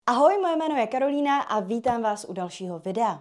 Ahoj, moje jméno je Karolína a vítám vás u dalšího videa.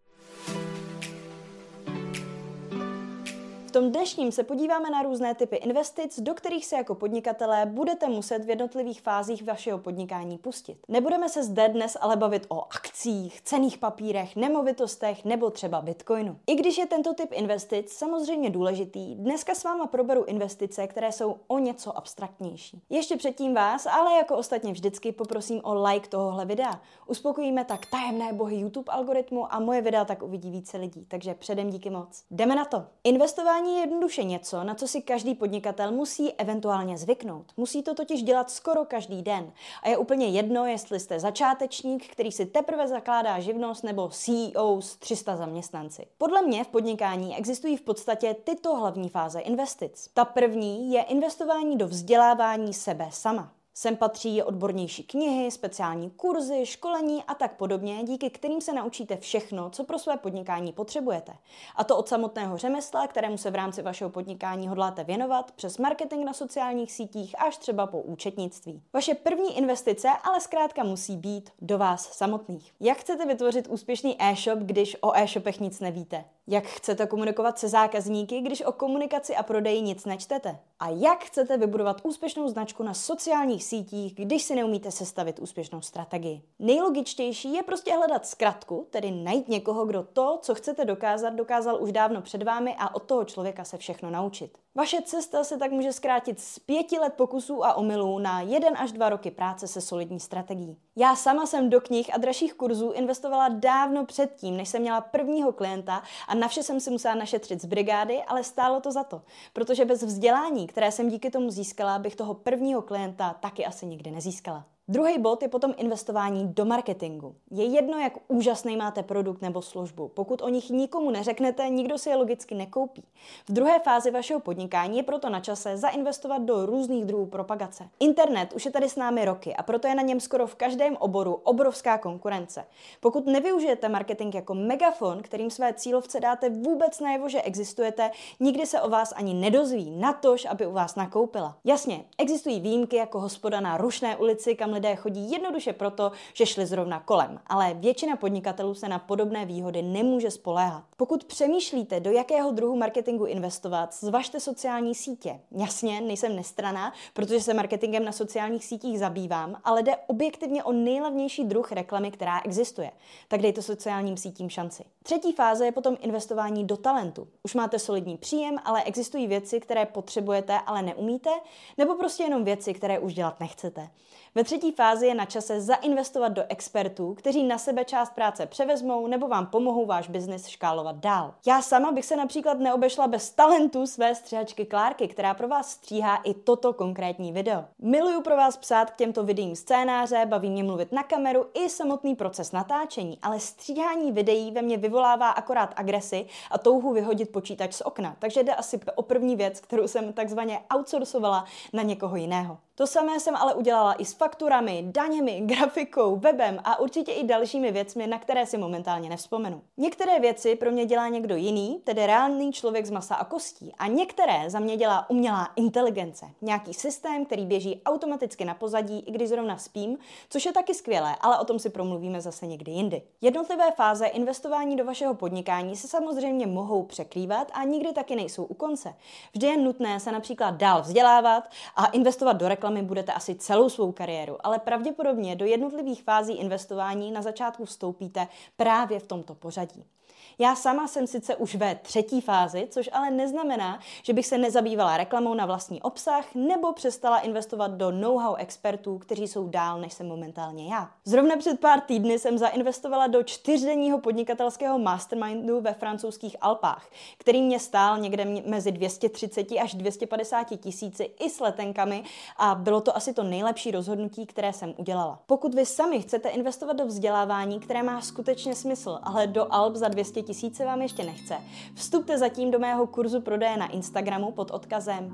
V tom dnešním se podíváme na různé typy investic, do kterých se jako podnikatelé budete muset v jednotlivých fázích vašeho podnikání pustit. Nebudeme se zde dnes ale bavit o akcích, cenných papírech, nemovitostech nebo třeba bitcoinu. I když je tento typ investic samozřejmě důležitý, dneska s váma proberu investice, které jsou o něco abstraktnější. Ještě předtím vás, ale jako ostatně vždycky, poprosím o like tohohle videa. Uspokojíme tak tajemné bohy YouTube algoritmu a moje videa tak uvidí více lidí, takže předem díky moc. Jdeme na to. Investování je jednoduše něco, na co si každý podnikatel musí eventuálně zvyknout. Musí to totiž dělat skoro každý den. A je úplně jedno, jestli jste začátečník, který si teprve zakládá živnost, nebo CEO s 300 zaměstnanci. Podle mě v podnikání existují v podstatě tyto hlavní fáze investic. Ta první je investování do vzdělávání sebe sama. Sem patří odbornější knihy, speciální kurzy, školení a tak podobně, díky kterým se naučíte všechno, co pro své podnikání potřebujete. A to od samotného řemesla, kterému se v rámci vašeho podnikání hodláte věnovat, přes marketing na sociálních sítích až třeba po účetnictví. Vaše první investice ale zkrátka musí být do vás samotných. Jak chcete vytvořit úspěšný e-shop, když o e-shopech nic nevíte? Jak chcete komunikovat se zákazníky, když o komunikaci a prodeji nic nečtete? A jak chcete vybudovat úspěšnou značku na sociálních sítích, když si neumíte sestavit úspěšnou strategii? Nejlogičtější je prostě hledat zkratku, tedy najít někoho, kdo to, co chcete dokázat, dokázal už dávno před vámi a od toho člověka se všechno naučit. Vaše cesta se tak může zkrátit z 5 let pokusů a omylů na 1 až 2 roky práce se solidní strategií. Já sama jsem do knih a dražších kurzů investovala dávno předtím, než jsem měla prvního klienta a na vše jsem si musela našetřit z brigády, ale stálo to za to, protože bez vzdělání, které jsem díky tomu získala, bych toho prvního klienta taky asi nikdy nezískala. Druhý bod je potom investování do marketingu. Je jedno, jak úžasný máte produkt nebo službu. Pokud o nich nikomu neřeknete, nikdo si je logicky nekoupí. V druhé fázi vašeho podnikání je proto na čase zainvestovat do různých druhů propagace. Internet už je tady s námi roky a proto je na něm skoro v každém oboru obrovská konkurence. Pokud nevyužijete marketing jako megafon, kterým své cílovce dáte vůbec najevo, že existujete, nikdy se o vás ani nedozví, natož, aby u vás nakoupila. Jasně, existují výjimky jako hospoda na Rušné ulici, kam lidé chodí jednoduše proto, že šli zrovna kolem, ale většina podnikatelů se na podobné výhody nemůže spoléhat. Pokud přemýšlíte, do jakého druhu marketingu investovat, zvažte sociální sítě. Jasně, nejsem nestranná, protože se marketingem na sociálních sítích zabývám, ale jde objektivně o nejlevnější druh reklamy, která existuje. Tak dejte sociálním sítím šanci. Třetí fáze je potom investování do talentu. Už máte solidní příjem, ale existují věci, které potřebujete, ale neumíte, nebo prostě jenom věci, které už dělat nechcete. Ve třetí fázi je na čase zainvestovat do expertů, kteří na sebe část práce převezmou nebo vám pomohou váš biznis škálovat dál. Já sama bych se například neobešla bez talentu své střihačky Klárky, která pro vás stříhá i toto konkrétní video. Miluju pro vás psát k těmto videím scénáře, baví mě mluvit na kameru i samotný proces natáčení, ale stříhání videí ve mně vyvolává akorát agresi a touhu vyhodit počítač z okna, takže jde asi o první věc, kterou jsem takzvaně outsourcovala na někoho jiného. To samé jsem ale udělala i s fakturami, daněmi, grafikou, webem a určitě i dalšími věcmi, na které si momentálně nevzpomenu. Některé věci pro mě dělá někdo jiný, tedy reálný člověk z masa a kostí, a některé za mě dělá umělá inteligence. Nějaký systém, který běží automaticky na pozadí, i když zrovna spím, což je taky skvělé, ale o tom si promluvíme zase někdy jindy. Jednotlivé fáze investování do vašeho podnikání se samozřejmě mohou překrývat a nikdy taky nejsou u konce. Vždy je nutné se například dál vzdělávat a investovat do reklamy budete asi celou svou kariéru, ale pravděpodobně do jednotlivých fází investování na začátku vstoupíte právě v tomto pořadí. Já sama jsem sice už ve třetí fázi, což ale neznamená, že bych se nezabývala reklamou na vlastní obsah nebo přestala investovat do know-how expertů, kteří jsou dál, než jsem momentálně já. Zrovna před pár týdny jsem zainvestovala do 4denního podnikatelského mastermindu ve francouzských Alpách, který mě stál někde mezi 230 až 250 tisíci i s letenkami a bylo to asi to nejlepší rozhodnutí, které jsem udělala. Pokud vy sami chcete investovat do vzdělávání, které má skutečně smysl, ale do Alp za 200 tisíce vám ještě nechce, vstupte zatím do mého kurzu prodeje na Instagramu pod odkazem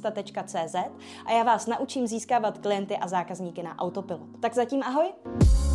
www.kursprodejnainsta.cz a já vás naučím získávat klienty a zákazníky na autopilot. Tak zatím ahoj!